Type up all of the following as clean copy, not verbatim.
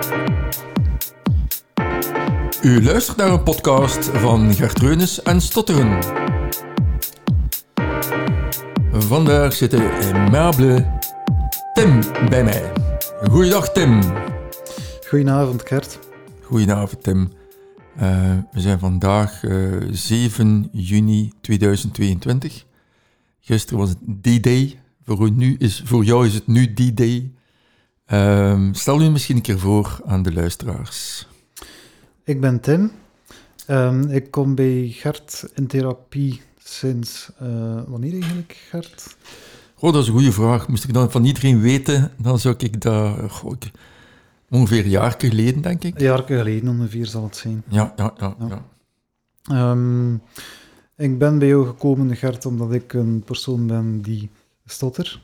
U luistert naar een podcast van Gert Reunis en Stotteren. Vandaag zit de aimabele Tim bij mij. Goeiedag Tim. Goedenavond Gert. Goedenavond Tim. We zijn vandaag 7 juni 2022. Gisteren was het D-Day. Voor jou is het nu D-Day. Stel u misschien een keer voor aan de luisteraars. Ik ben Tim. Ik kom bij Gert in therapie sinds... wanneer eigenlijk, Gert? Dat is een goede vraag. Moest ik dat van iedereen weten, dan zou ik dat... ongeveer een jaar geleden, denk ik. Een jaar geleden ongeveer zal het zijn. Ja. Ik ben bij jou gekomen, Gert, omdat ik een persoon ben die stotter.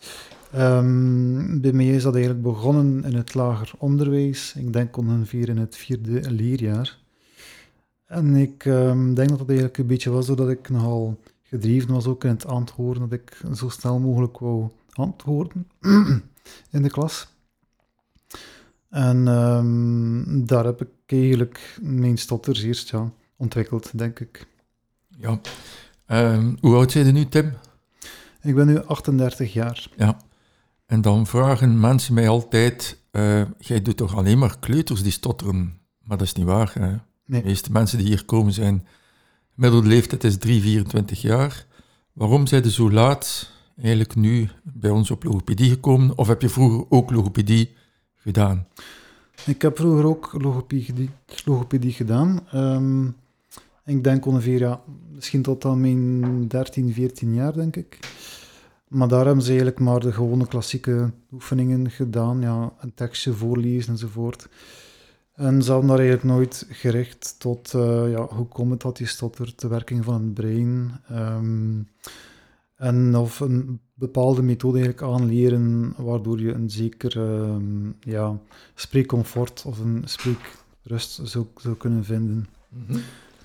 Bij mij is dat eigenlijk begonnen in het lager onderwijs. Ik denk ongeveer in het 4e leerjaar. En ik denk dat dat eigenlijk een beetje was doordat ik nogal gedreven was ook in het antwoorden, dat ik zo snel mogelijk wou antwoorden in de klas. En daar heb ik eigenlijk mijn stotters eerst ontwikkeld, denk ik. Ja. Hoe oud zijn je nu, Tim? Ik ben nu 38 jaar. Ja. En dan vragen mensen mij altijd, jij doet toch alleen maar kleuters die stotteren? Maar dat is niet waar. Hè? Nee. De meeste mensen die hier komen zijn... Gemiddelde leeftijd is 24 jaar. Waarom zijn ze zo laat eigenlijk nu bij ons op logopedie gekomen? Of heb je vroeger ook logopedie gedaan? Ik heb vroeger ook logopedie gedaan. Ik denk ongeveer, misschien tot aan mijn 13, 14 jaar, denk ik. Maar daar hebben ze eigenlijk maar de gewone klassieke oefeningen gedaan. Ja, een tekstje voorlezen enzovoort. En ze hadden daar eigenlijk nooit gericht tot hoe komt het dat je stottert, de werking van het brein. En of een bepaalde methode eigenlijk aanleren, waardoor je een zeker spreekcomfort of een spreekrust zou kunnen vinden. Mm-hmm.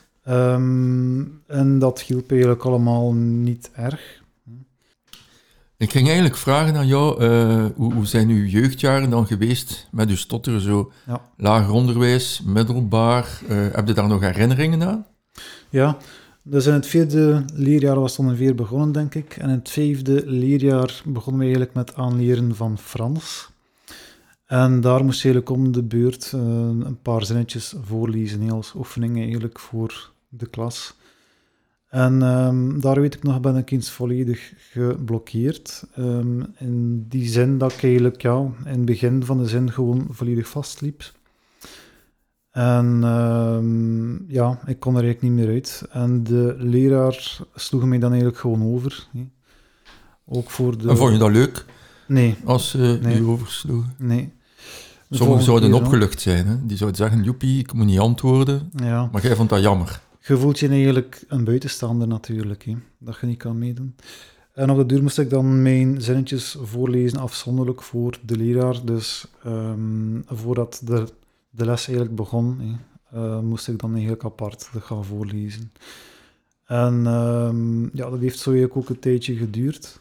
En dat hielp eigenlijk allemaal niet erg. Ik ging eigenlijk vragen aan jou, hoe zijn uw jeugdjaren dan geweest met uw stotteren? Zo lager onderwijs, middelbaar, heb je daar nog herinneringen aan? Ja, dus in het 4e leerjaar was het ongeveer begonnen, denk ik. En in het 5e leerjaar begonnen we eigenlijk met aanleren van Frans. En daar moest je eigenlijk om de beurt een paar zinnetjes voorlezen, als oefening eigenlijk voor de klas. En daar weet ik nog, ben ik eens volledig geblokkeerd. In die zin dat ik eigenlijk in het begin van de zin gewoon volledig vastliep. En ik kon er eigenlijk niet meer uit. En de leraar sloeg mij dan eigenlijk gewoon over. Ook voor de... En vond je dat leuk? Nee. Als ze u oversloegen? Nee. Sommigen zouden opgelucht zijn. Hè? Die zouden zeggen, joepie, ik moet niet antwoorden. Ja. Maar jij vond dat jammer. Je voelt je eigenlijk een buitenstaander natuurlijk, dat je niet kan meedoen. En op de duur moest ik dan mijn zinnetjes voorlezen, afzonderlijk voor de leraar. Dus voordat de les eigenlijk begon, moest ik dan eigenlijk apart gaan voorlezen. En dat heeft zo eigenlijk ook een tijdje geduurd.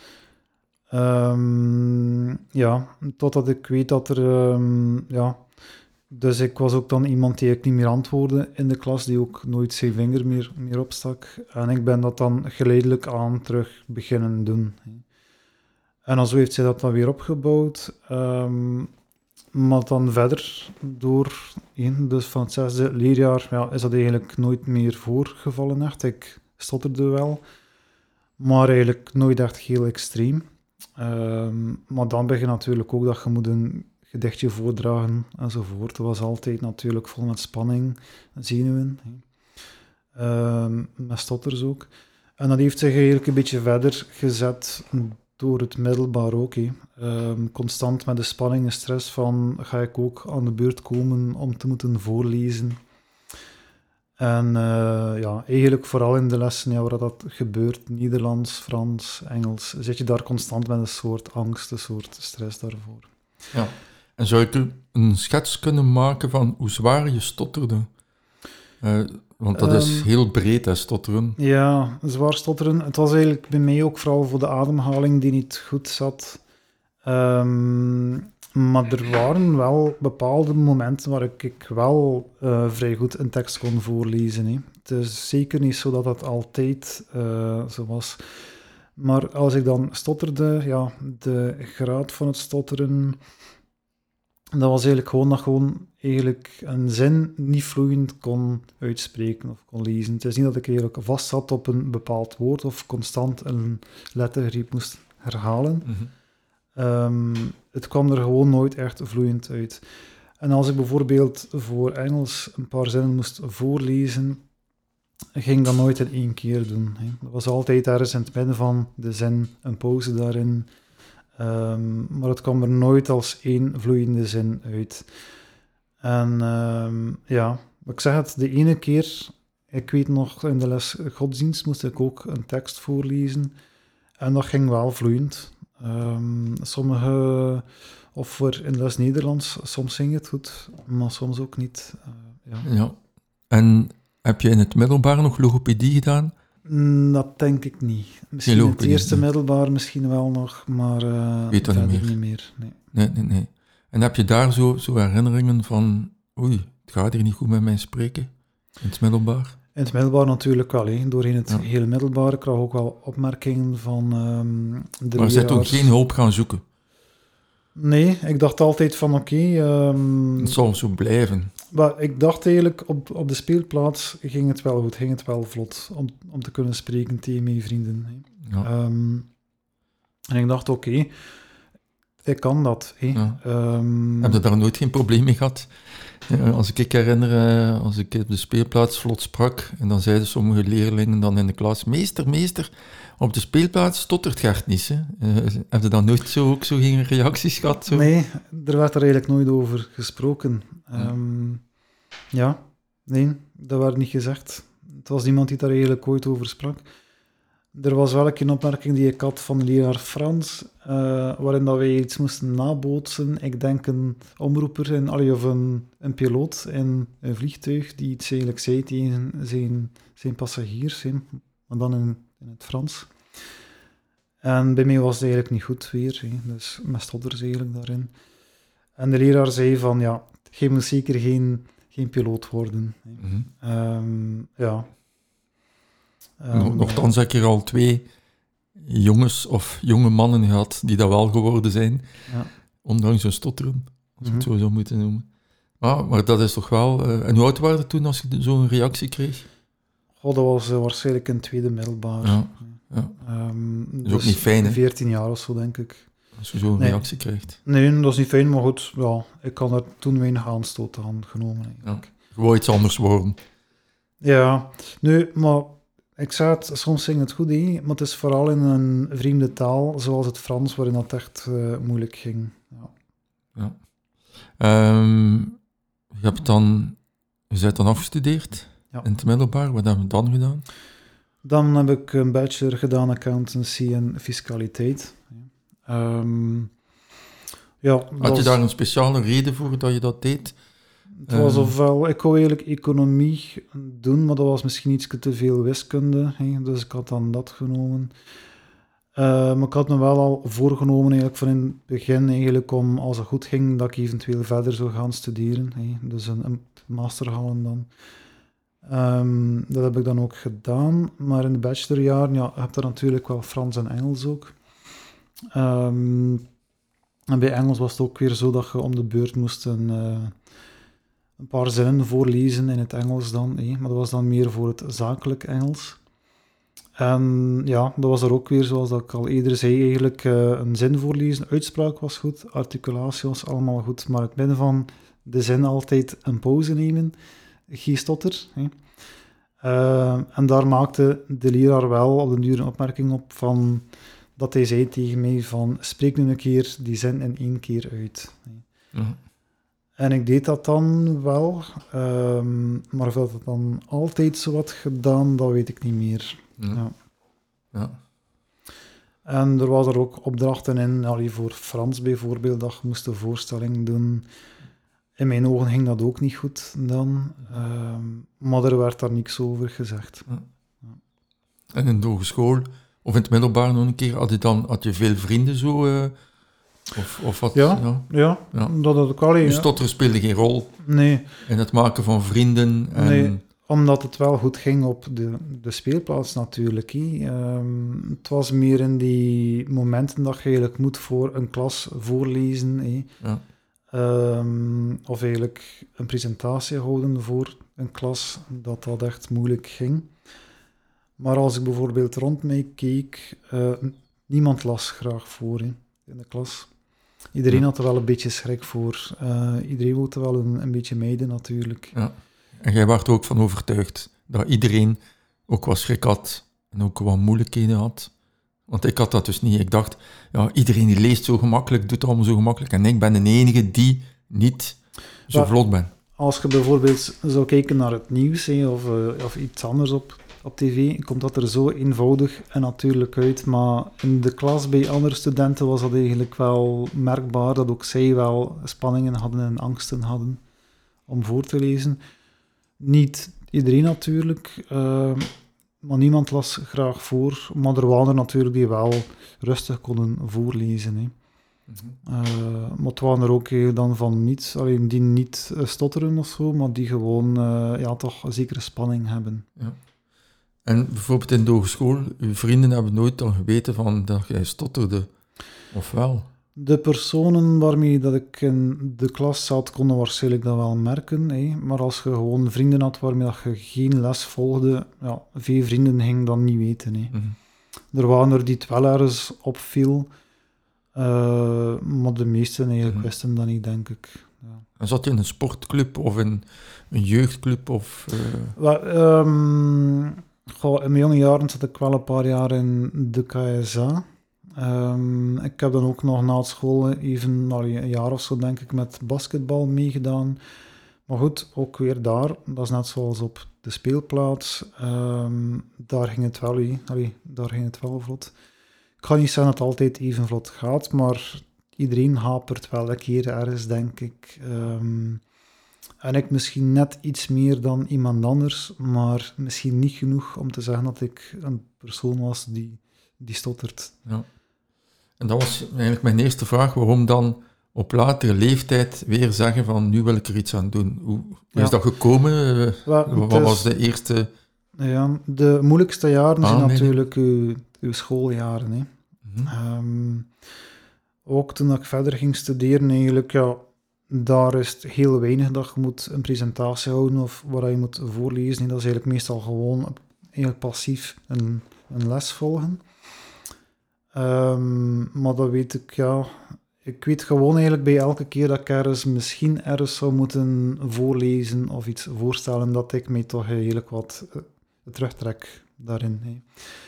Totdat ik weet dat er... Dus ik was ook dan iemand die ik niet meer antwoordde in de klas, die ook nooit zijn vinger meer opstak. En ik ben dat dan geleidelijk aan terug beginnen doen. En dan zo heeft zij dat dan weer opgebouwd. Maar dan verder door, dus van het 6e leerjaar, is dat eigenlijk nooit meer voorgevallen echt. Ik stotterde wel, maar eigenlijk nooit echt heel extreem. Maar dan begin je natuurlijk ook dat je moet een gedichtje voordragen enzovoort. Dat was altijd natuurlijk vol met spanning, zenuwen. Met stotters ook. En dat heeft zich eigenlijk een beetje verder gezet door het middelbaar ook. Constant met de spanning en stress van, ga ik ook aan de beurt komen om te moeten voorlezen? En eigenlijk vooral in de lessen waar dat gebeurt, Nederlands, Frans, Engels, zit je daar constant met een soort angst, een soort stress daarvoor. Ja. En zou ik een schets kunnen maken van hoe zwaar je stotterde? Want dat is heel breed, hè, stotteren. Ja, zwaar stotteren. Het was eigenlijk bij mij ook vooral voor de ademhaling die niet goed zat. Maar er waren wel bepaalde momenten waar ik wel vrij goed een tekst kon voorlezen. Hè. Het is zeker niet zo dat dat altijd zo was. Maar als ik dan stotterde, ja, de graad van het stotteren, dat was eigenlijk gewoon dat gewoon eigenlijk een zin niet vloeiend kon uitspreken of kon lezen. Het is niet dat ik eigenlijk vast zat op een bepaald woord of constant een lettergreep moest herhalen. Het kwam er gewoon nooit echt vloeiend uit. En als ik bijvoorbeeld voor Engels een paar zinnen moest voorlezen, ging ik dat nooit in één keer doen. Hè. Dat was altijd ergens in het midden van de zin, een pauze daarin. Maar het kwam er nooit als één vloeiende zin uit. En ja, ik zeg het, de ene keer, ik weet nog, in de les godsdienst moest ik ook een tekst voorlezen. En dat ging wel vloeiend. Sommige, of voor in de les Nederlands, soms ging het goed, maar soms ook niet. Ja. En heb je in het middelbaar nog logopedie gedaan? Dat denk ik niet. Misschien in het eerste middelbaar misschien wel nog, maar weet dat niet meer. Nee. En heb je daar zo herinneringen van, oei, het gaat hier niet goed met mij spreken, in het middelbaar? In het middelbaar natuurlijk wel, hè. Doorheen het hele middelbaar. Ik kreeg ook wel opmerkingen van de leraars. Maar zij toen geen hulp gaan zoeken? Nee, ik dacht altijd van oké... het zal zo blijven. Maar ik dacht eigenlijk, op de speelplaats ging het wel goed, ging het wel vlot, om te kunnen spreken tegen mijn vrienden. Hè. Ja. En ik dacht oké, ik kan dat. Hè. Ja. Heb je daar nooit geen probleem mee gehad? Als ik herinner, als ik op de speelplaats vlot sprak, en dan zeiden sommige leerlingen dan in de klas, meester, op de speelplaats stottert Gert niet. Hè? Heb je dan nooit ook zo geen reacties gehad? Zo? Nee, er werd er eigenlijk nooit over gesproken. Nee, dat werd niet gezegd. Het was niemand die daar eigenlijk ooit over sprak. Er was wel een opmerking die ik had van de leraar Frans, waarin dat wij iets moesten nabootsen. Ik denk een omroeper of een piloot in een vliegtuig die iets eigenlijk zei tegen zijn passagiers, maar dan in het Frans. En bij mij was het eigenlijk niet goed weer, dus met stotters eigenlijk daarin. En de leraar zei van, ja, jij moet zeker geen piloot worden. Ja. Nochtans heb ik er al 2 jongens of jonge mannen gehad die dat wel geworden zijn, ondanks hun stotteren, als ik het zo zou moeten noemen. Maar dat is toch wel... en hoe oud waren je toen als je zo'n reactie kreeg? Dat was waarschijnlijk in tweede middelbaar. Ja. Dat is ook niet fijn, hè? 14 jaar of zo, denk ik. Als je zo'n reactie krijgt. Nee, dat is niet fijn, maar goed, ja, ik kan er toen weinig aanstoot aan genomen. Eigenlijk. Gewoon iets anders worden. Ja, nu, maar ik zei het, soms ging het goed, maar het is vooral in een vreemde taal, zoals het Frans, waarin dat echt moeilijk ging. Ja. Je bent dan afgestudeerd in het middelbaar. Wat hebben we dan gedaan? Dan heb ik een bachelor gedaan accountancy en fiscaliteit. Had je daar een speciale reden voor dat je dat deed? Het was ofwel, ik wou eigenlijk economie doen, maar dat was misschien iets te veel wiskunde, dus ik had dan dat genomen. Maar ik had me wel al voorgenomen eigenlijk van in het begin eigenlijk om, als het goed ging, dat ik eventueel verder zou gaan studeren. Dus een master halen dan. Dat heb ik dan ook gedaan, maar in de bachelorjaar heb je natuurlijk wel Frans en Engels ook. En bij Engels was het ook weer zo dat je om de beurt moest een paar zinnen voorlezen in het Engels dan, maar dat was dan meer voor het zakelijk Engels. En ja, dat was er ook weer, zoals dat ik al eerder zei, eigenlijk een zin voorlezen. Uitspraak was goed, articulatie was allemaal goed, maar het midden van de zin altijd een pauze nemen, geen stotter. En daar maakte de leraar wel op den duur een opmerking op van, dat hij zei tegen mij van, spreek nu een keer die zin in 1 keer uit. En ik deed dat dan wel, maar of dat het dan altijd zo had gedaan, dat weet ik niet meer. Ja. En er was er ook opdrachten in, voor Frans bijvoorbeeld, dat je moest een voorstelling doen. In mijn ogen ging dat ook niet goed dan, maar er werd daar niks over gezegd. En in de hogeschool, of in het middelbaar nog een keer, had je veel vrienden zo Of wat? Ja. Dat had ik alleen. Dus stotteren speelde geen rol Nee. in het maken van vrienden? En... Nee, omdat het wel goed ging op de speelplaats natuurlijk. Het was meer in die momenten dat je eigenlijk moet voor een klas voorlezen. Ja. Of eigenlijk een presentatie houden voor een klas, dat echt moeilijk ging. Maar als ik bijvoorbeeld rond mij keek, niemand las graag voor in de klas. Iedereen had er wel een beetje schrik voor. Iedereen wilde wel een beetje mijden natuurlijk. Ja. En jij werd er ook van overtuigd dat iedereen ook wat schrik had en ook wat moeilijkheden had. Want ik had dat dus niet. Ik dacht, ja, iedereen die leest zo gemakkelijk, doet het allemaal zo gemakkelijk. En ik ben de enige die niet zo vlot ben. Als je bijvoorbeeld zou kijken naar het nieuws of iets anders op tv, komt dat er zo eenvoudig en natuurlijk uit. Maar in de klas bij andere studenten was dat eigenlijk wel merkbaar dat ook zij wel spanningen hadden en angsten hadden om voor te lezen. Niet iedereen natuurlijk, maar niemand las graag voor. Maar er waren er natuurlijk die wel rustig konden voorlezen. Hè. Maar het waren er ook dan van niet, alleen die niet stotteren of zo, maar die gewoon toch een zekere spanning hebben. Ja. En bijvoorbeeld in de hogeschool, uw vrienden hebben nooit dan geweten van dat jij stotterde, of wel? De personen waarmee dat ik in de klas zat, konden waarschijnlijk dat wel merken. Hè. Maar als je gewoon vrienden had waarmee dat je geen les volgde, ja, veel vrienden gingen dat niet weten. Hè. Er waren er die het wel ergens opviel, maar de meesten eigenlijk wisten dat niet, denk ik. Ja. En zat je in een sportclub of in een jeugdclub? Of, in mijn jonge jaren zat ik wel een paar jaar in de KSA. Ik heb dan ook nog na school even een jaar of zo, denk ik, met basketbal meegedaan. Maar goed, ook weer daar, dat is net zoals op de speelplaats. Daar ging het wel, daar ging het wel vlot. Ik ga niet zeggen dat het altijd even vlot gaat, maar iedereen hapert wel een keer ergens, denk ik. En ik misschien net iets meer dan iemand anders, maar misschien niet genoeg om te zeggen dat ik een persoon was die stottert. Ja. En dat was eigenlijk mijn eerste vraag, waarom dan op latere leeftijd weer zeggen van nu wil ik er iets aan doen. Hoe is dat gekomen? Wat was de eerste... Ja, de moeilijkste jaren zijn natuurlijk uw schooljaren. Hè. Ook toen ik verder ging studeren eigenlijk, daar is het heel weinig dat je moet een presentatie houden of waar je moet voorlezen. Dat is eigenlijk meestal gewoon passief een les volgen. Maar dat weet ik, ik weet gewoon eigenlijk bij elke keer dat ik misschien ergens zou moeten voorlezen of iets voorstellen, dat ik mij toch eigenlijk wat terugtrek daarin. Hè.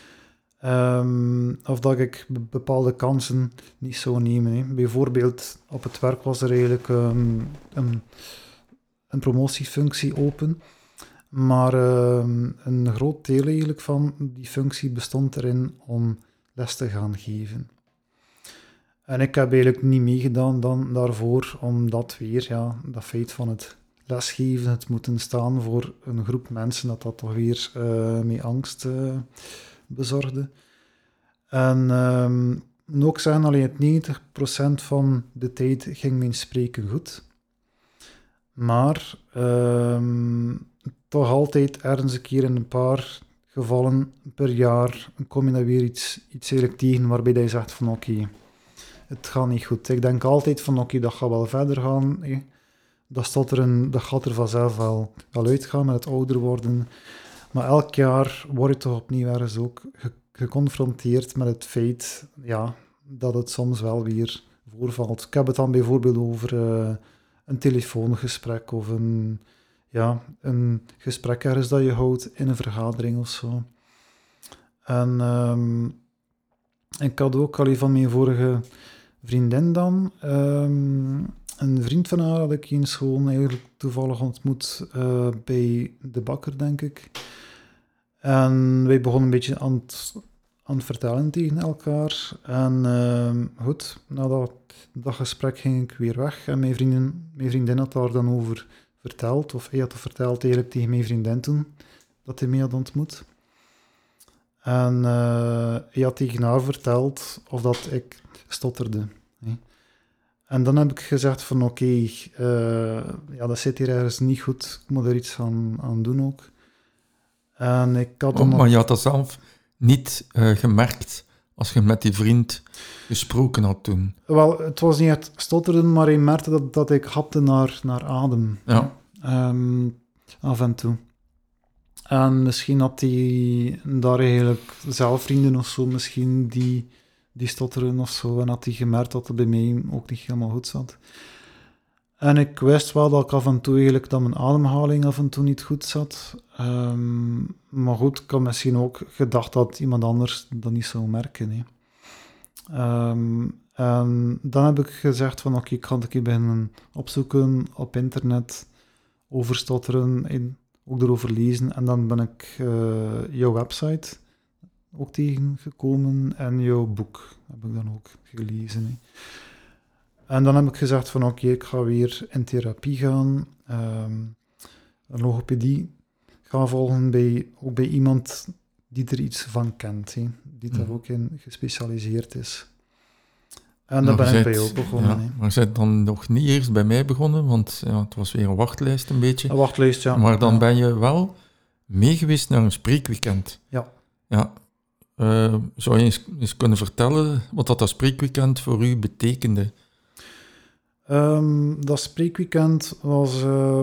Of dat ik bepaalde kansen niet zou nemen. Hè. Bijvoorbeeld op het werk was er eigenlijk een promotiefunctie open, maar een groot deel eigenlijk van die functie bestond erin om les te gaan geven. En ik heb eigenlijk niet meegedaan dan daarvoor, omdat weer dat feit van het lesgeven, het moeten staan voor een groep mensen, dat toch weer met angst bezorgde. En ook zeggen, alleen het 90% van de tijd ging mijn spreken goed. Maar toch altijd ergens een keer in een paar gevallen per jaar kom je dan weer iets eigenlijk tegen waarbij je zegt van oké, het gaat niet goed. Ik denk altijd van oké, dat gaat wel verder gaan. Dat gaat er vanzelf wel uitgaan met het ouder worden. Maar elk jaar word je toch opnieuw ergens ook geconfronteerd met het feit dat het soms wel weer voorvalt. Ik heb het dan bijvoorbeeld over een telefoongesprek of een gesprek ergens dat je houdt in een vergadering of zo. En ik had ook al van mijn vorige vriendin dan, een vriend van haar had ik in school eigenlijk toevallig ontmoet bij de bakker, denk ik. En wij begonnen een beetje aan het vertellen tegen elkaar. En goed, na dat gesprek ging ik weer weg. En mijn vriendin had daar dan over verteld, of hij had het verteld eigenlijk tegen mijn vriendin toen, dat hij mij had ontmoet. En hij had tegen haar verteld of dat ik stotterde. Hè. En dan heb ik gezegd van oké, dat zit hier ergens niet goed. Ik moet er iets aan doen ook. En ik had dan Maar je had dat zelf niet gemerkt als je met die vriend gesproken had toen. Wel, het was niet echt stotteren, maar hij merkte dat ik hapte naar adem. Ja. Af en toe. En misschien had hij daar eigenlijk zelf vrienden of zo, misschien die stotteren of zo. En had hij gemerkt dat het bij mij ook niet helemaal goed zat. En ik wist wel dat ik af en toe eigenlijk dat mijn ademhaling af en toe niet goed zat. Maar goed, ik had misschien ook gedacht dat iemand anders dat niet zou merken. Hè. En dan heb ik gezegd van oké, ik ga een keer beginnen opzoeken op internet over stotteren en ook erover lezen. En dan ben ik jouw website ook tegengekomen en jouw boek heb ik dan ook gelezen. Hè. En dan heb ik gezegd van oké, ik ga weer in therapie gaan, een logopedie gaan volgen ook bij iemand die er iets van kent, hè, die daar ook in gespecialiseerd is. En dan ben ik bij jou begonnen. Ja, maar je bent dan nog niet eerst bij mij begonnen, want het was weer een wachtlijst een beetje. Een wachtlijst, ja. Maar dan ben je wel meegeweest naar een spreekweekend. Ja. Ja. Zou je eens kunnen vertellen wat dat spreekweekend voor u betekende? Dat spreekweekend was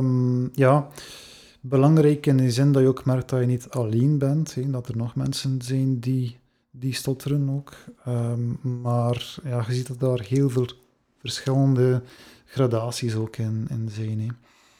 belangrijk in de zin dat je ook merkt dat je niet alleen bent. Hè, dat er nog mensen zijn die stotteren ook. Maar ja, je ziet dat daar heel veel verschillende gradaties ook in zijn. Hè.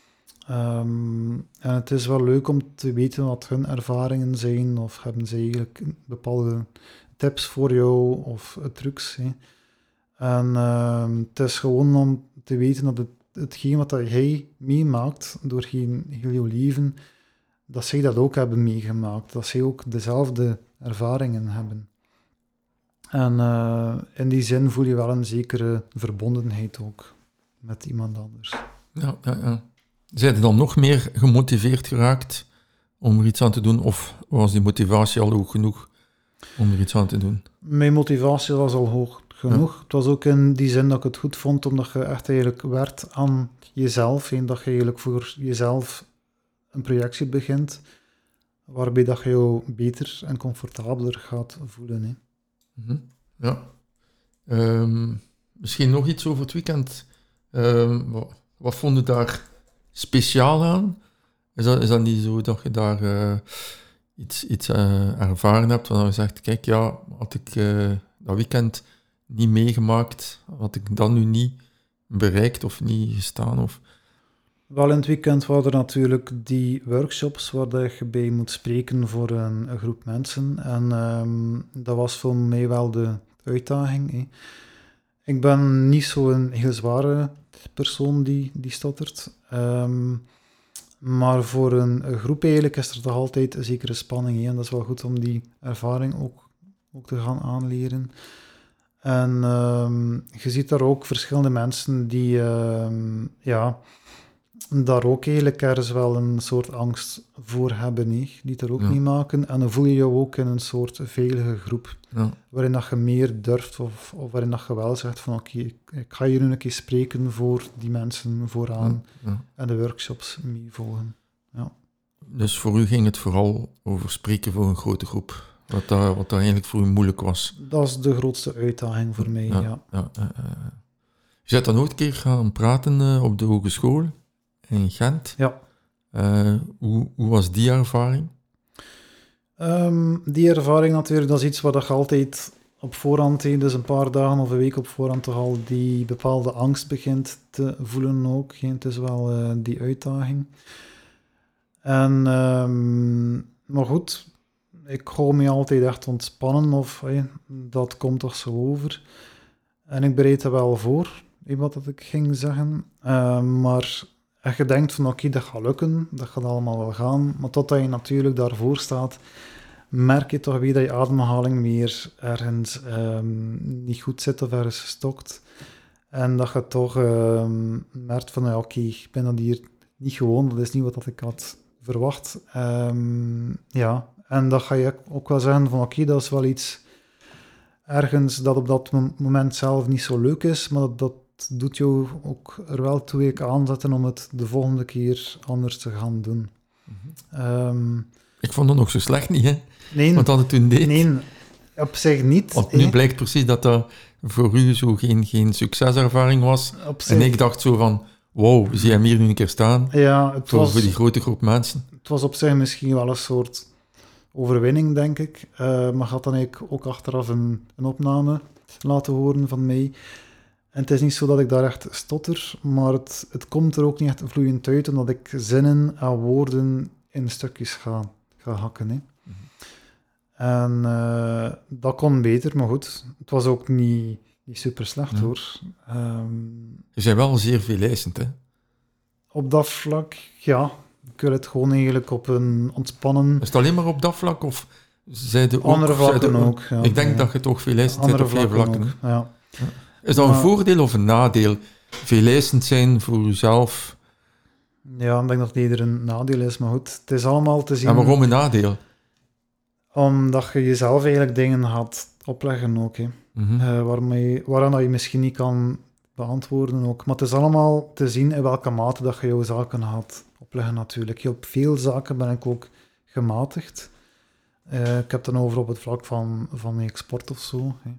En het is wel leuk om te weten wat hun ervaringen zijn, of hebben ze eigenlijk bepaalde tips voor jou, of trucs. Hè. En het is gewoon om te weten dat hetgeen wat jij meemaakt door heel jouw leven, dat zij dat ook hebben meegemaakt. Dat zij ook dezelfde ervaringen hebben. En in die zin voel je wel een zekere verbondenheid ook met iemand anders. Ja. Zijn je dan nog meer gemotiveerd geraakt om er iets aan te doen? Of was die motivatie al hoog genoeg om er iets aan te doen? Mijn motivatie was al hoog genoeg. Ja. Het was ook in die zin dat ik het goed vond, omdat je echt eigenlijk werkt aan jezelf. En dat je eigenlijk voor jezelf een projectie begint, waarbij dat je jou beter en comfortabeler gaat voelen. Hè. Mm-hmm. Ja. Misschien nog iets over het weekend. Wat vond je daar speciaal aan? Is dat niet zo dat je daar iets ervaren hebt, waarvan je zegt, kijk, ja, had ik dat weekend niet meegemaakt, had ik dat nu niet bereikt of niet gestaan? Of... Wel, in het weekend waren er natuurlijk die workshops waar je bij moet spreken voor een groep mensen. En dat was voor mij wel de uitdaging. Hè. Ik ben niet zo'n heel zware persoon die stottert. Maar voor een groep eigenlijk is er toch altijd een zekere spanning. Hè. En dat is wel goed om die ervaring ook te gaan aanleren. En je ziet daar ook verschillende mensen die daar ook eigenlijk ergens wel een soort angst voor hebben, hè, die het er ook niet maken. En dan voel je je ook in een soort veilige groep, waarin dat je meer durft, of waarin dat je wel zegt van oké, ik ga hier nu een keer spreken voor die mensen vooraan en de workshops meevolgen. Ja. Dus voor u ging het vooral over spreken voor een grote groep, wat dat eigenlijk voor u moeilijk was? Dat is de grootste uitdaging voor mij, ja. Je bent dan ooit een keer gaan praten op de hogeschool in Gent. Ja. Hoe was die ervaring? Die ervaring natuurlijk, dat is iets wat je altijd op voorhand, dus een paar dagen of een week op voorhand toch al die bepaalde angst begint te voelen ook. Het is wel die uitdaging. En, maar goed, ik hou me altijd echt ontspannen, of dat komt toch zo over. En ik bereid er wel voor, wat ik ging zeggen. Maar als je denkt van oké, dat gaat lukken, dat gaat allemaal wel gaan, maar totdat je natuurlijk daarvoor staat, merk je toch weer dat je ademhaling meer ergens niet goed zit of ergens stokt. En dat je toch merkt van oké, ik ben dat hier niet gewoon, dat is niet wat ik had verwacht. En dan ga je ook wel zeggen van oké, dat is wel iets ergens dat op dat moment zelf niet zo leuk is, maar dat doet jou ook er wel toe aanzetten om het de volgende keer anders te gaan doen. Ik vond het nog zo slecht niet, hè? Nee, Wat dat het toen deed. nee, op zich niet. Want nu blijkt precies dat dat voor u zo geen succeservaring was. Op zich, En ik dacht zo van, wow, zie hem hier nu een keer staan. ja, het Voor was... die grote groep mensen. Het was op zich misschien wel een soort overwinning, denk ik. Maar had dan eigenlijk ook achteraf een opname laten horen van mij. En het is niet zo dat ik daar echt stotter, maar het komt er ook niet echt vloeiend uit, omdat ik zinnen en woorden in stukjes ga hakken. Hè. En dat kon beter, maar goed. Het was ook niet super slecht, hoor. Je bent wel zeer veeleisend, hè? Op dat vlak, ja. Ik wil het gewoon eigenlijk op een ontspannen... Is het alleen maar op dat vlak, of zijde ook... Andere vlakken ook. Ja, ik denk dat je toch veeleisend bent op veel vlakken. Ook, ja. Is dat een voordeel of een nadeel? Veeleisend zijn voor jezelf? Ja, ik denk dat het eerder een nadeel is, maar goed. Het is allemaal te zien... En waarom een nadeel? Omdat je jezelf eigenlijk dingen gaat opleggen ook, hè. Waaraan dat je misschien niet kan beantwoorden ook. Maar het is allemaal te zien in welke mate dat je jouw zaken gaat opleggen natuurlijk. Heel op veel zaken ben ik ook gematigd. Ik heb het dan over op het vlak van mijn export of zo. Hè.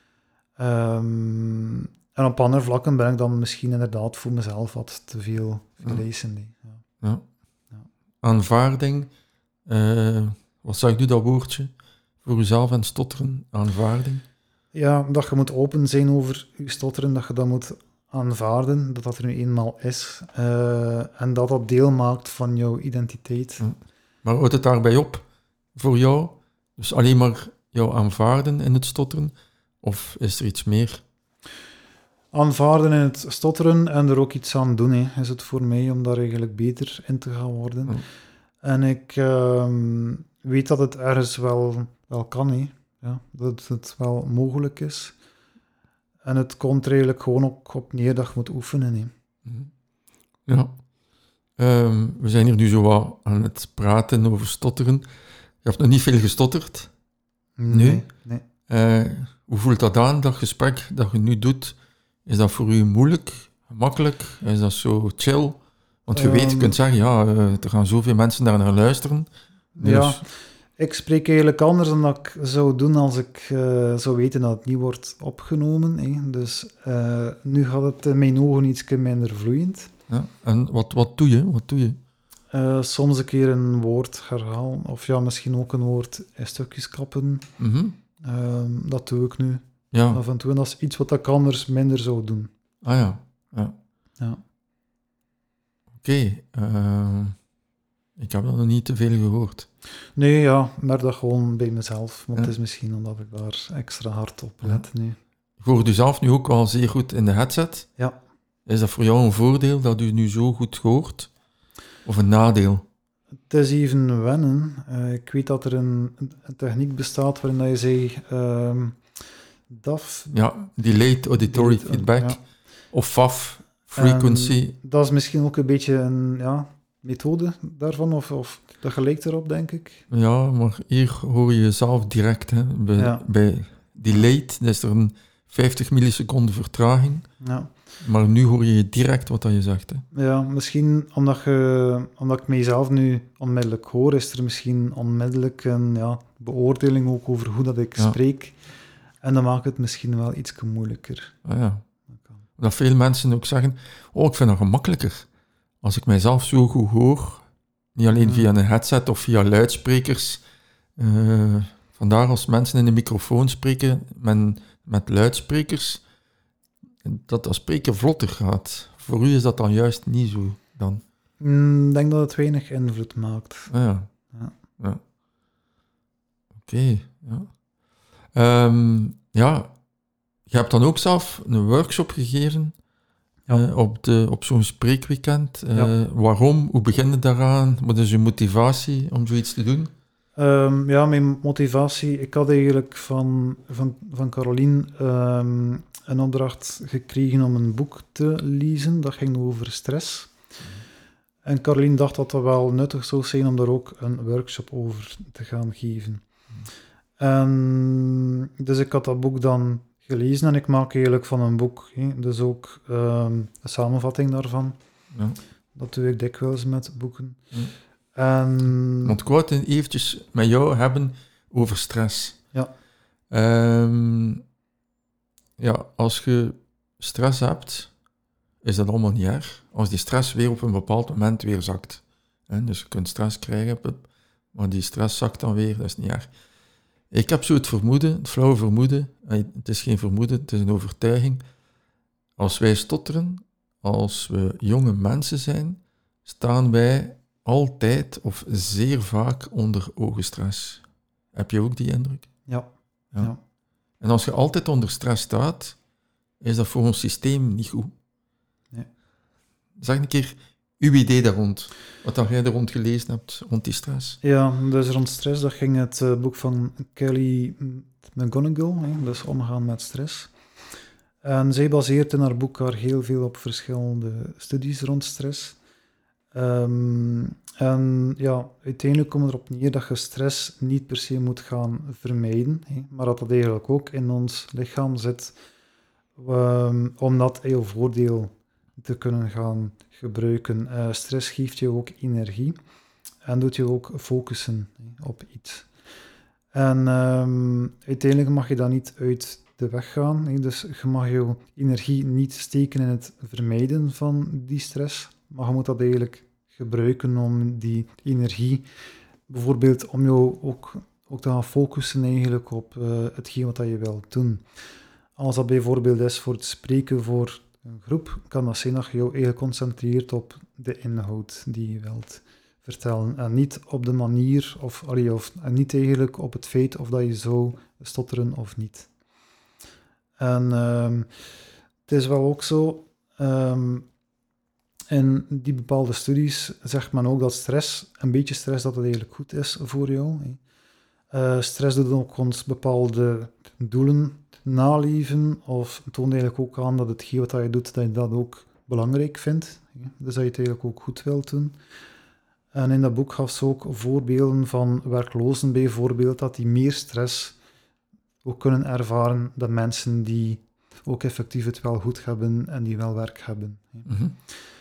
En op andere vlakken ben ik dan misschien inderdaad voor mezelf wat te veel eisend. Ja. Aanvaarding. Wat zegt u dat woordje? Voor uzelf en stotteren. Aanvaarding. Ja, dat je moet open zijn over je stotteren, dat je dat moet aanvaarden, dat er nu eenmaal is. En dat dat deel maakt van jouw identiteit. Ja. Maar houdt het daarbij op voor jou? Dus alleen maar jou aanvaarden in het stotteren? Of is er iets meer? Aanvaarden in het stotteren en er ook iets aan doen, hè, is het voor mij om daar eigenlijk beter in te gaan worden. Ja. En ik weet dat het ergens wel kan, hè. Ja, dat het wel mogelijk is. En het komt er eigenlijk gewoon ook op neer dat je moet oefenen. Hè. Ja. We zijn hier nu zo wat aan het praten over stotteren. Je hebt nog niet veel gestotterd. Nee. Hoe voelt dat aan, dat gesprek dat je nu doet? Is dat voor u moeilijk, gemakkelijk? Is dat zo chill? Want je weet, je kunt zeggen, er gaan zoveel mensen daar naar luisteren. Dus... Ja, ik spreek eigenlijk anders dan dat ik zou doen als ik zou weten dat het niet wordt opgenomen. Hè. Dus nu gaat het in mijn ogen iets minder vloeiend. Ja, en wat doe je? Soms een keer een woord herhalen, of ja, misschien ook een woord in stukjes kappen. Dat doe ik nu af en toe. En dat is iets wat ik anders minder zou doen. Ah ja. Oké. Ik heb dat nog niet te veel gehoord. Nee, ja, maar dat gewoon bij mezelf. Want het is misschien omdat ik daar extra hard op let nu. Je hoort u zelf nu ook wel zeer goed in de headset. Ja. Is dat voor jou een voordeel dat u nu zo goed hoort? Of een nadeel? Het is even wennen. Ik weet dat er een techniek bestaat waarin dat je zegt... DAF... Ja, Delayed Auditory Feedback. Ja. Of FAF, Frequency. Dat is misschien ook een beetje een methode daarvan, of dat gelijkt erop, denk ik. Ja, maar hier hoor je jezelf direct. Hè. Bij Delayed is er een 50 milliseconden vertraging. Ja. Maar nu hoor je direct wat dat je zegt. Hè. Ja, misschien omdat ik mijzelf nu onmiddellijk hoor, is er misschien onmiddellijk een beoordeling ook over hoe dat ik spreek. En dan maakt het misschien wel iets moeilijker. Ah, ja. Dat veel mensen ook zeggen, ik vind dat gemakkelijker. Als ik mijzelf zo goed hoor, niet alleen via een headset of via luidsprekers. Vandaar als mensen in de microfoon spreken met luidsprekers, dat spreken vlotter gaat. Voor u is dat dan juist niet zo dan? Ik denk dat het weinig invloed maakt. Ah, ja. Oké. Je hebt dan ook zelf een workshop gegeven op zo'n spreekweekend. Waarom? Hoe begin je daaraan? Wat is je motivatie om zoiets te doen? Mijn motivatie... Ik had eigenlijk van Caroline een opdracht gekregen om een boek te lezen. Dat ging over stress. En Caroline dacht dat dat wel nuttig zou zijn om daar ook een workshop over te gaan geven. Dus ik had dat boek dan gelezen en ik maak eigenlijk van een boek, dus ook een samenvatting daarvan. Ja. Dat doe ik dikwijls met boeken. Ja. En... Want ik wou het eventjes met jou hebben over stress. Ja. Ja, als je stress hebt, is dat allemaal niet erg. Als die stress weer op een bepaald moment weer zakt. Dus je kunt stress krijgen, maar die stress zakt dan weer, dat is niet erg. Ik heb zo het vermoeden, het flauwe vermoeden, het is geen vermoeden, het is een overtuiging. Als wij stotteren, als we jonge mensen zijn, staan wij altijd of zeer vaak onder ogenstress. Heb je ook die indruk? Ja. En als je altijd onder stress staat, is dat voor ons systeem niet goed. Nee. Zeg een keer uw idee daar rond. Wat dan jij er rond gelezen hebt, rond die stress. Ja, dus rond stress, dat ging het boek van Kelly McGonigal, dus Omgaan met stress. En zij baseert in haar boek heel veel op verschillende studies rond stress. En ja, uiteindelijk komt erop neer dat je stress niet per se moet gaan vermijden, maar dat eigenlijk ook in ons lichaam zit, om dat heel voordeel te kunnen gaan gebruiken. Stress geeft je ook energie en doet je ook focussen op iets. En uiteindelijk mag je dat niet uit de weg gaan. Dus je mag je energie niet steken in het vermijden van die stress, maar je moet dat eigenlijk gebruiken om die energie, bijvoorbeeld om jou ook te gaan focussen eigenlijk op hetgeen wat je wilt doen. Als dat bijvoorbeeld is voor het spreken voor een groep, kan dat zijn dat je jou eigenlijk concentreert op de inhoud die je wilt vertellen en niet op de manier en niet eigenlijk op het feit of dat je zou stotteren of niet. En het is wel ook zo, in die bepaalde studies zegt men ook dat een beetje stress, dat het eigenlijk goed is voor jou. Stress doet ook ons bepaalde doelen naleven, of toont eigenlijk ook aan dat hetgeen wat je doet, dat je dat ook belangrijk vindt. Dus dat je het eigenlijk ook goed wilt doen. En in dat boek gaf ze ook voorbeelden van werklozen bijvoorbeeld, dat die meer stress ook kunnen ervaren dan mensen die ook effectief het wel goed hebben en die wel werk hebben. Mm-hmm.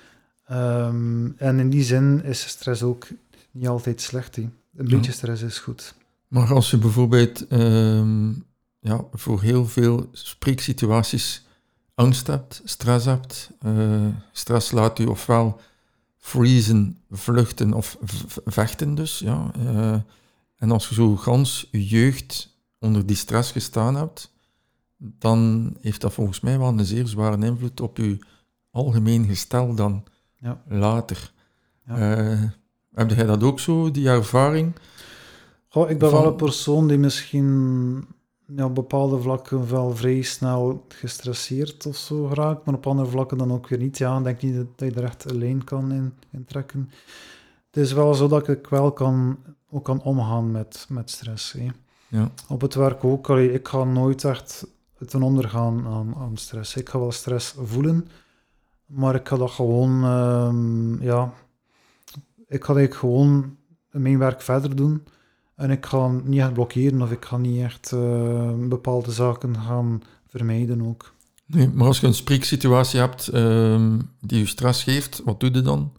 En in die zin is stress ook niet altijd slecht. Een beetje stress is goed. Maar als je bijvoorbeeld voor heel veel spreeksituaties angst hebt, stress hebt, stress laat u ofwel freezen, vluchten of vechten dus. Ja. En als je zo gans je jeugd onder die stress gestaan hebt, dan heeft dat volgens mij wel een zeer zware invloed op je algemeen gestel dan later. Ja. Heb jij dat ook zo, die ervaring? Goh, ik ben wel een persoon die misschien op bepaalde vlakken wel vrij snel gestresseerd of zo geraakt, maar op andere vlakken dan ook weer niet. Ja, ik denk niet dat je er echt een lijn kan in trekken. Het is wel zo dat ik wel kan omgaan met stress. Ja. Op het werk ook. Ik ga nooit echt ten onder gaan aan stress. Ik ga wel stress voelen, maar ik ga dat gewoon, ik ga eigenlijk gewoon mijn werk verder doen. En ik ga niet echt blokkeren of ik ga niet echt bepaalde zaken gaan vermijden ook. Nee, maar als je een spreeksituatie hebt die je stress geeft, wat doe je dan?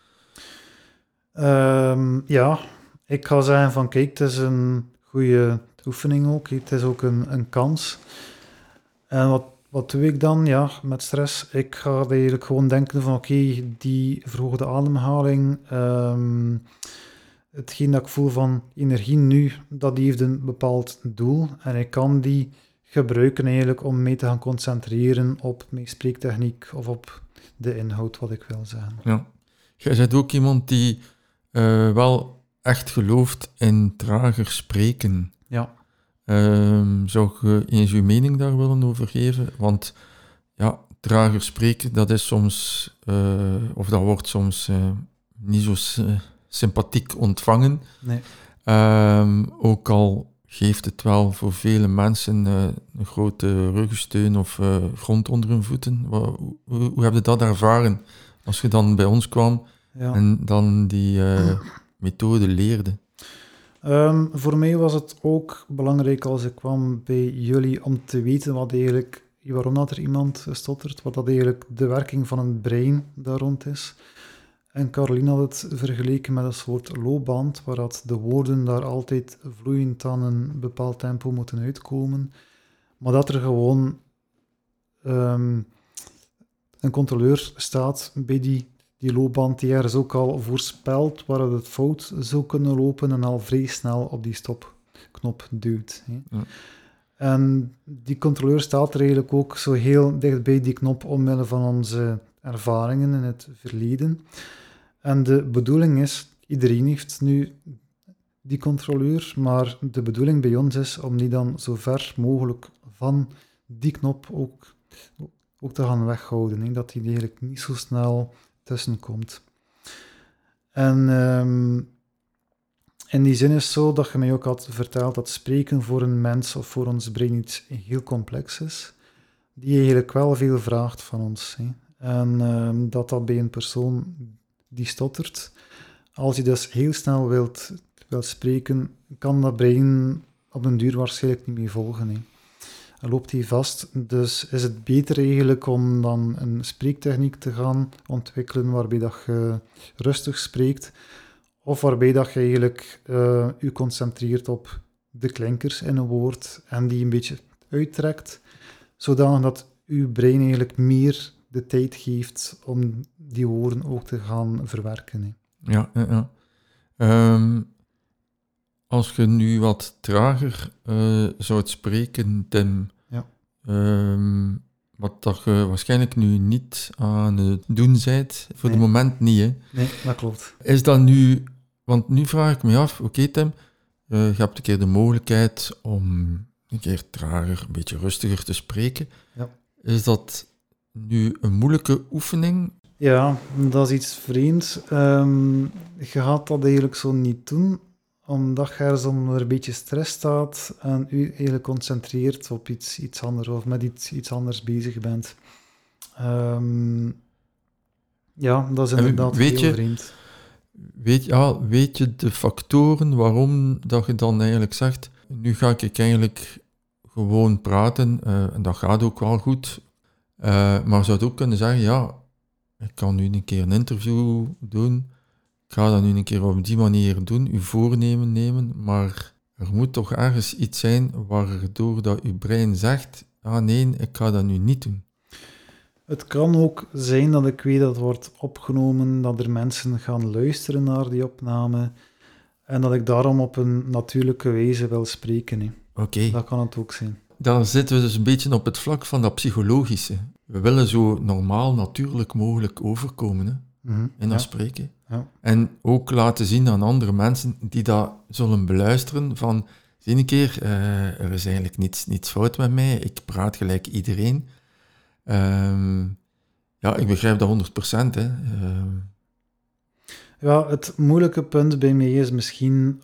Ik ga zeggen van kijk, het is een goede oefening ook. Het is ook een kans. En wat doe ik dan? Ja, met stress. Ik ga eigenlijk gewoon denken van oké, die verhoogde ademhaling, hetgeen dat ik voel van energie nu, dat heeft een bepaald doel. En ik kan die gebruiken eigenlijk om mee te gaan concentreren op mijn spreektechniek of op de inhoud wat ik wil zeggen. Ja. Jij bent ook iemand die wel echt gelooft in trager spreken. Ja. Zou je eens uw mening daar willen over geven? Want ja, trager spreken, dat is soms, of dat wordt soms niet zo sympathiek ontvangen. Nee. Ook al geeft het wel voor vele mensen een grote ruggensteun of grond onder hun voeten. Hoe heb je dat ervaren als je dan bij ons kwam en dan die methode leerde? Voor mij was het ook belangrijk als ik kwam bij jullie om te weten waarom dat er iemand stottert, wat dat eigenlijk de werking van het brein daar rond is. En Caroline had het vergeleken met een soort loopband, waar dat de woorden daar altijd vloeiend aan een bepaald tempo moeten uitkomen. Maar dat er gewoon een controleur staat bij die loopband die ergens ook al voorspelt waar het fout zou kunnen lopen en al vrij snel op die stopknop duwt. Hè. Ja. En die controleur staat er eigenlijk ook zo heel dicht bij die knop omwille van onze ervaringen in het verleden. En de bedoeling is, iedereen heeft nu die controleur, maar de bedoeling bij ons is om die dan zo ver mogelijk van die knop ook te gaan weghouden, hè, dat die eigenlijk niet zo snel tussenkomt. En in die zin is het zo dat je mij ook had verteld dat spreken voor een mens of voor ons brein iets heel complex is, die eigenlijk wel veel vraagt van ons. Hè. En dat bij een persoon die stottert, als je dus heel snel wilt spreken, kan dat brein op den duur waarschijnlijk niet meer volgen. Hè. Dan loopt hij vast, dus is het beter eigenlijk om dan een spreektechniek te gaan ontwikkelen waarbij dat je rustig spreekt, of waarbij dat je eigenlijk je concentreert op de klinkers in een woord en die een beetje uittrekt, zodanig dat je brein eigenlijk meer de tijd geeft om die woorden ook te gaan verwerken. Hè. Ja. Als je nu wat trager zou spreken, Tim, Ja. wat dat je waarschijnlijk nu niet aan het doen bent, voor Nee. het moment niet, hè? Nee, dat klopt. Is dat nu, want nu vraag ik me af, oké, Tim, je hebt een keer de mogelijkheid om een keer trager, een beetje rustiger te spreken. Ja. Is dat nu een moeilijke oefening? Ja, dat is iets vreemds. Je gaat dat eigenlijk zo niet doen, omdat je ergens onder een beetje stress staat en je eigenlijk concentreert op iets anders of met iets anders bezig bent. Ja, dat is inderdaad weet heel je- vreemd. Weet je de factoren waarom dat je dan eigenlijk zegt, nu ga ik eigenlijk gewoon praten, en dat gaat ook wel goed, maar zou het ook kunnen zeggen, ja, ik kan nu een keer een interview doen, ik ga dat nu een keer op die manier doen, uw voornemen nemen, maar er moet toch ergens iets zijn waardoor dat uw brein zegt, ah nee, ik ga dat nu niet doen. Het kan ook zijn dat ik weet dat het wordt opgenomen, dat er mensen gaan luisteren naar die opname en dat ik daarom op een natuurlijke wijze wil spreken. Hè. Oké. Dat kan het ook zijn. Dan zitten we dus een beetje op het vlak van dat psychologische. We willen zo normaal, natuurlijk mogelijk overkomen, hè, Mhm. in dat spreken. Ja. En ook laten zien aan andere mensen die dat zullen beluisteren van, zie een keer, er is eigenlijk niets fout met mij, ik praat gelijk iedereen. Ja, ik begrijp dat 100%. Hè. Ja, het moeilijke punt bij mij is misschien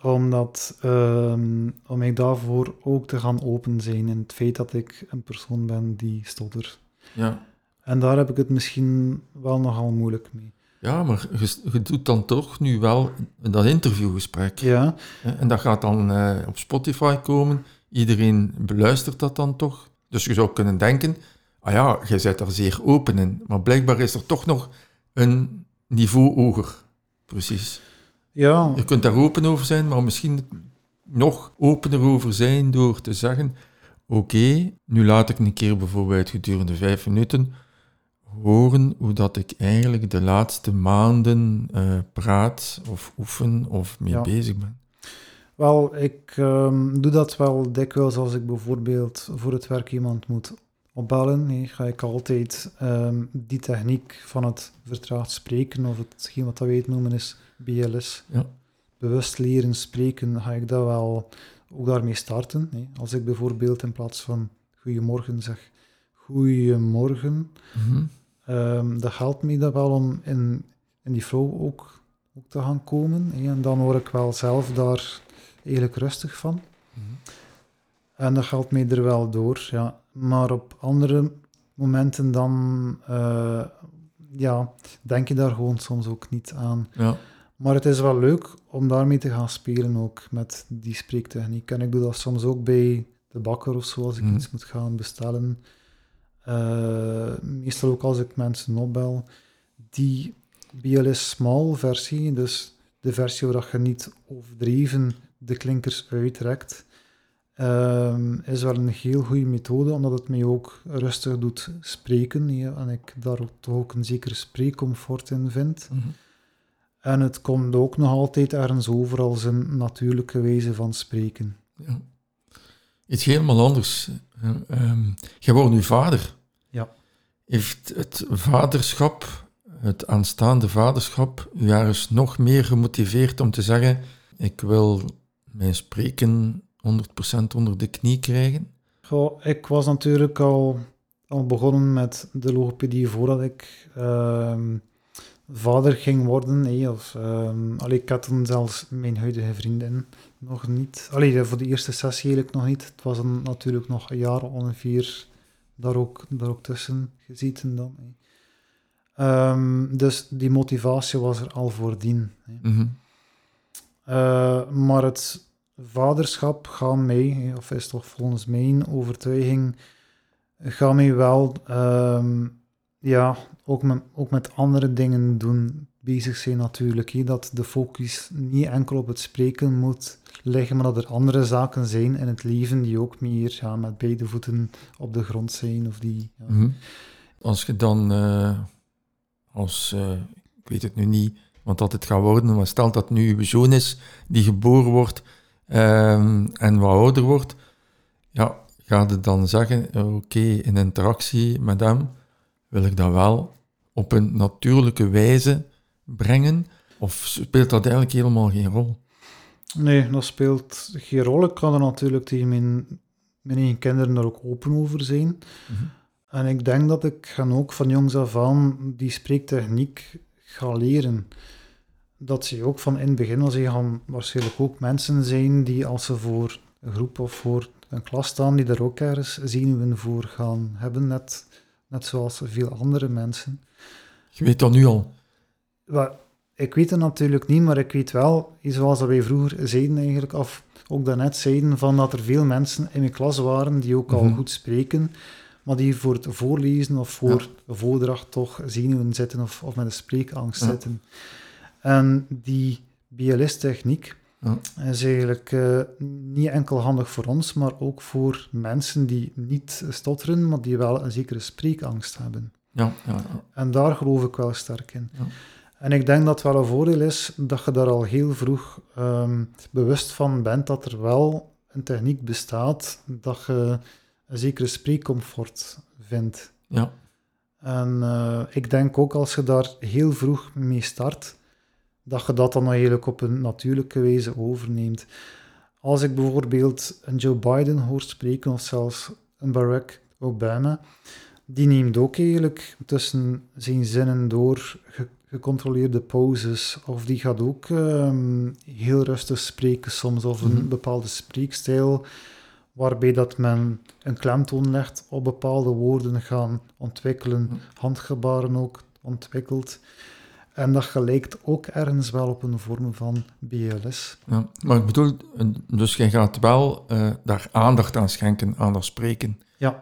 om mij daarvoor ook te gaan open zijn in het feit dat ik een persoon ben die stottert. Ja. En daar heb ik het misschien wel nogal moeilijk mee. Ja, maar je doet dan toch nu wel dat interviewgesprek. Ja, Hè, en dat gaat dan op Spotify komen. Iedereen beluistert dat dan toch. Dus je zou kunnen denken, ah ja, jij bent daar zeer open in. Maar blijkbaar is er toch nog een niveau hoger. Precies. ja, Je kunt daar open over zijn, maar misschien nog opener over zijn door te zeggen, oké, nu laat ik een keer bijvoorbeeld gedurende 5 minuten horen hoe dat ik eigenlijk de laatste maanden praat of oefen of mee Ja. bezig ben. wel, ik doe dat wel dikwijls als ik bijvoorbeeld voor het werk iemand moet opbellen. Nee, ga ik altijd die techniek van het vertraagd spreken, of hetgeen wat wij het noemen is BLS. Ja. Bewust leren spreken, ga ik dat wel ook daarmee starten. Hè. Als ik bijvoorbeeld in plaats van goedemorgen zeg goedemorgen, dat helpt me dat wel om in die flow ook te gaan komen. Hè. En dan word ik wel zelf daar eigenlijk rustig van. En dat helpt mij er wel door, ja. Maar op andere momenten dan denk je daar gewoon soms ook niet aan. Ja. Maar het is wel leuk om daarmee te gaan spelen ook, met die spreektechniek. En ik doe dat soms ook bij de bakker of zo, als ik iets moet gaan bestellen. Meestal ook als ik mensen opbel. Die BLS Small versie, dus de versie waar je niet overdreven de klinkers uitrekt, is wel een heel goede methode, omdat het mij ook rustig doet spreken. Ja, en ik daar toch ook een zekere spreekcomfort in vind. En het komt ook nog altijd ergens over als een natuurlijke wijze van spreken. Ja. Iets helemaal anders. Jij wordt nu vader. Ja. Heeft het vaderschap, het aanstaande vaderschap, u ergens nog meer gemotiveerd om te zeggen, ik wil mijn spreken 100% onder de knie krijgen? Goh, ik was natuurlijk al begonnen met de logopedie voordat ik vader ging worden. Ik had toen zelfs mijn huidige vriendin nog niet. Voor de eerste sessie eigenlijk nog niet. Het was dan natuurlijk nog een jaar ongeveer daar ook tussen gezeten dan. Dus die motivatie was er al voordien. Maar het vaderschap gaat mij, of is toch volgens mijn overtuiging, gaat mij wel ook met andere dingen bezig zijn natuurlijk. Dat de focus niet enkel op het spreken moet liggen, maar dat er andere zaken zijn in het leven die ook meer met beide voeten op de grond zijn. Of die, Als je dan, ik weet het nu niet, want dat het gaat worden, maar stel dat nu uw zoon is die geboren wordt en wat ouder wordt, ja, ga je dan zeggen, oké, in interactie met hem wil ik dat wel op een natuurlijke wijze brengen, of speelt dat eigenlijk helemaal geen rol? Nee, dat speelt geen rol. Ik kan er natuurlijk tegen mijn eigen kinderen daar ook open over zijn. En ik denk dat ik gaan ook van jongs af aan die spreektechniek ga leren. Dat ze ook van in het begin, ze gaan waarschijnlijk ook mensen zijn die als ze voor een groep of voor een klas staan, die daar ook ergens zenuwen voor gaan hebben, net zoals veel andere mensen. Je weet dat nu al? Ik weet het natuurlijk niet, maar ik weet wel, zoals wij vroeger zeiden eigenlijk, of ook daarnet zeiden, van dat er veel mensen in mijn klas waren die ook al goed spreken, maar die voor het voorlezen of voor de voordracht toch zenuwen zitten of met een spreekangst zitten. En die BLS-techniek is eigenlijk niet enkel handig voor ons, maar ook voor mensen die niet stotteren, maar die wel een zekere spreekangst hebben. Ja. En daar geloof ik wel sterk in. Ja. En ik denk dat het wel een voordeel is dat je daar al heel vroeg bewust van bent dat er wel een techniek bestaat, dat je een zekere spreekcomfort vindt. Ja. En ik denk ook als je daar heel vroeg mee start, dat je dat dan eigenlijk op een natuurlijke wijze overneemt. Als ik bijvoorbeeld een Joe Biden hoor spreken, of zelfs een Barack Obama, die neemt ook eigenlijk tussen zijn zinnen door gecontroleerde pauzes, of die gaat ook heel rustig spreken soms, of een bepaalde spreekstijl, waarbij dat men een klemtoon legt op bepaalde woorden gaan ontwikkelen, handgebaren ook ontwikkelt. En dat gelijkt ook ergens wel op een vorm van BLS. Ja, maar ik bedoel, dus jij gaat wel daar aandacht aan schenken, aan dat spreken. Ja.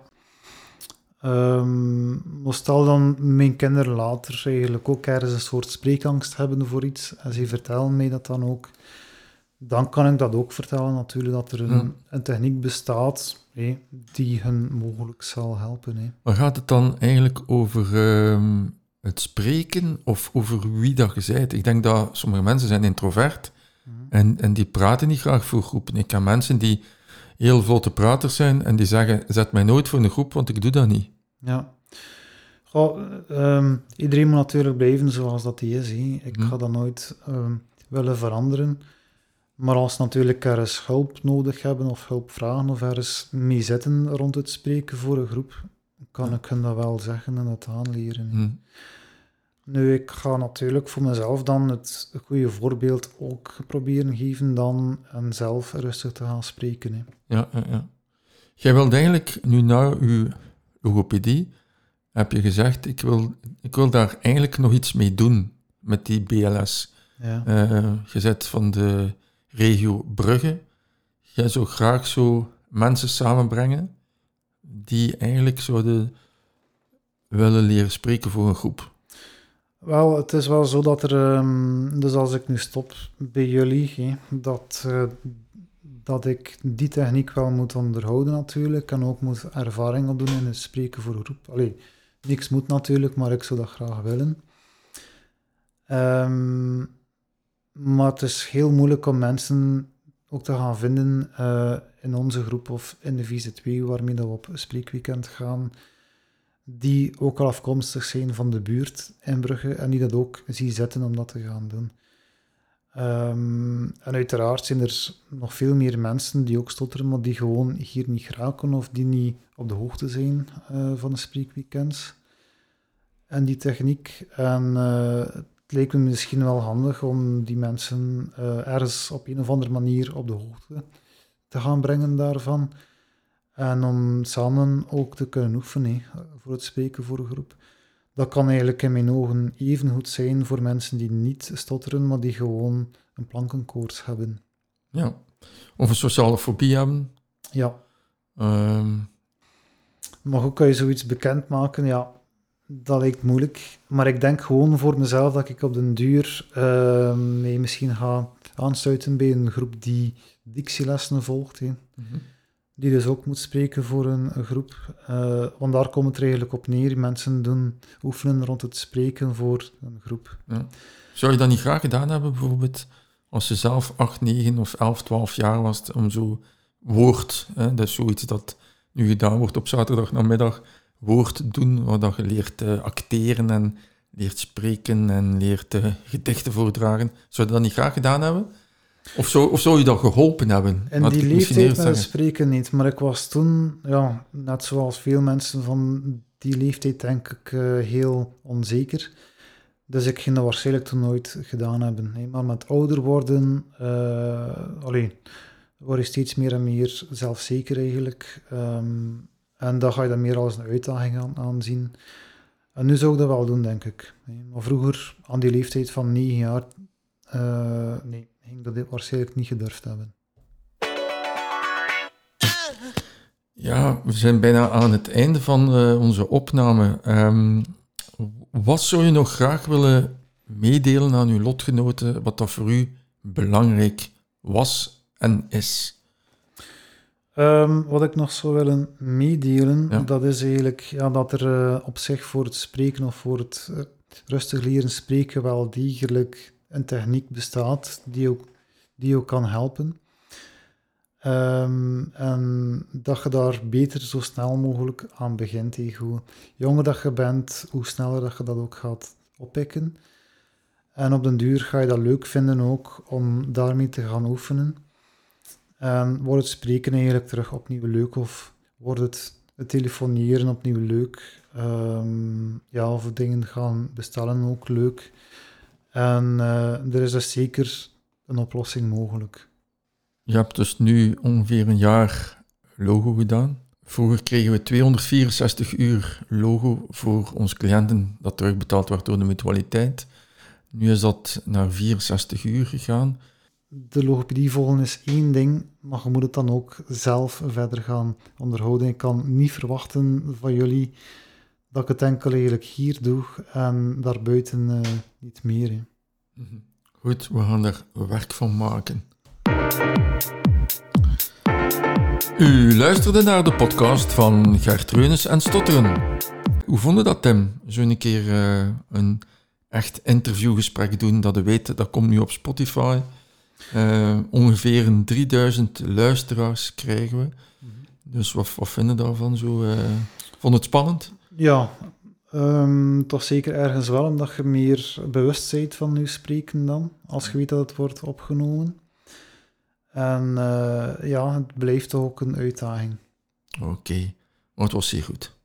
Stel dan mijn kinderen later eigenlijk ook ergens een soort spreekangst hebben voor iets, en ze vertellen mij dat dan ook, dan kan ik dat ook vertellen natuurlijk, dat er een techniek bestaat die hen mogelijk zal helpen. Maar gaat het dan eigenlijk over het spreken of over wie dat je bent? Ik denk dat sommige mensen zijn introvert en die praten niet graag voor groepen. Ik ken mensen die heel vlotte praters zijn en die zeggen, zet mij nooit voor een groep, want ik doe dat niet. Ja. Iedereen moet natuurlijk blijven zoals dat hij is. Ik ga dat nooit willen veranderen. Maar als natuurlijk ergens hulp nodig hebben of hulp vragen of ergens mee zitten rond het spreken voor een groep, kan ik hen dat wel zeggen en dat aanleren. Nu, ik ga natuurlijk voor mezelf dan het goede voorbeeld ook proberen geven dan en zelf rustig te gaan spreken. Ja. Jij wilt eigenlijk, nu na uw logopedie, heb je gezegd, ik wil daar eigenlijk nog iets mee doen met die BLS. Ja. Je bent van de regio Brugge. Jij zou graag zo mensen samenbrengen die eigenlijk zouden willen leren spreken voor een groep. Wel, het is wel zo dat er, dus als ik nu stop bij jullie, dat ik die techniek wel moet onderhouden natuurlijk en ook moet ervaring opdoen in het spreken voor een groep. Allee, niks moet natuurlijk, maar ik zou dat graag willen. Maar het is heel moeilijk om mensen ook te gaan vinden in onze groep of in de VZ2 waarmee dat we op spreekweekend gaan, die ook al afkomstig zijn van de buurt in Brugge en die dat ook zien zitten om dat te gaan doen. En uiteraard zijn er nog veel meer mensen die ook stotteren, maar die gewoon hier niet geraken of die niet op de hoogte zijn van de spreekweekends en die techniek. En het lijkt me misschien wel handig om die mensen ergens op een of andere manier op de hoogte te gaan brengen daarvan. En om samen ook te kunnen oefenen voor het spreken voor een groep. Dat kan eigenlijk in mijn ogen even goed zijn voor mensen die niet stotteren, maar die gewoon een plankenkoorts hebben. Ja. Of een sociale fobie hebben. Ja. Maar hoe kan je zoiets bekendmaken? Ja, dat lijkt moeilijk. Maar ik denk gewoon voor mezelf dat ik op den duur mee misschien ga aansluiten bij een groep die dictielessen volgt. Mm-hmm. Die dus ook moet spreken voor een groep. Want daar komt het er eigenlijk op neer. Mensen doen oefenen rond het spreken voor een groep. Ja. Zou je dat niet graag gedaan hebben, bijvoorbeeld, als je zelf 8, 9 of 11, 12 jaar was, om zo woord, dat is zoiets dat nu gedaan wordt op zaterdagnamiddag, woord doen, waar dat je leert acteren en leert spreken en leert gedichten voordragen. Zou je dat niet graag gedaan hebben? Of zou je dat geholpen hebben? En die leeftijd met het spreken niet, maar ik was toen, ja, net zoals veel mensen van die leeftijd, denk ik, heel onzeker. Dus ik ging dat waarschijnlijk toen nooit gedaan hebben. Nee. Maar met ouder worden, word je steeds meer en meer zelfzeker eigenlijk. En dan ga je dat meer als een uitdaging aanzien. En nu zou ik dat wel doen, denk ik. Nee. Maar vroeger, aan die leeftijd van 9 jaar, nee. Ik dat dit waarschijnlijk niet gedurfd hebben. Ja, we zijn bijna aan het einde van onze opname. Wat zou je nog graag willen meedelen aan uw lotgenoten, wat dat voor u belangrijk was en is? Wat ik nog zou willen meedelen, dat is eigenlijk dat er op zich voor het spreken of voor het rustig leren spreken wel degelijk een techniek bestaat die ook kan helpen. En dat je daar beter zo snel mogelijk aan begint. Hoe jonger dat je bent, hoe sneller dat je dat ook gaat oppikken. En op den duur ga je dat leuk vinden ook om daarmee te gaan oefenen. En wordt het spreken eigenlijk terug opnieuw leuk of wordt het telefoneren opnieuw leuk? Of dingen gaan bestellen ook leuk. En er is dus zeker een oplossing mogelijk. Je hebt dus nu ongeveer een jaar logo gedaan. Vroeger kregen we 264 uur logo voor onze cliënten dat terugbetaald werd door de mutualiteit. Nu is dat naar 64 uur gegaan. De logopedie volgen is één ding, maar je moet het dan ook zelf verder gaan onderhouden. Ik kan niet verwachten van jullie dat ik het enkel eigenlijk hier doe en daarbuiten niet meer. Hè. Goed, we gaan er werk van maken. U luisterde naar de podcast van Gert Reunis en Stotteren. Hoe vond je dat, Tim? Zo'n keer een echt interviewgesprek doen, dat je weet, dat komt nu op Spotify. Ongeveer 3000 luisteraars krijgen we. Dus wat vinden we daarvan? Vond het spannend? Ja, toch zeker ergens wel, omdat je meer bewust bent van je spreken dan, als je weet dat het wordt opgenomen. En het blijft toch ook een uitdaging. Oké, maar het was zeer goed.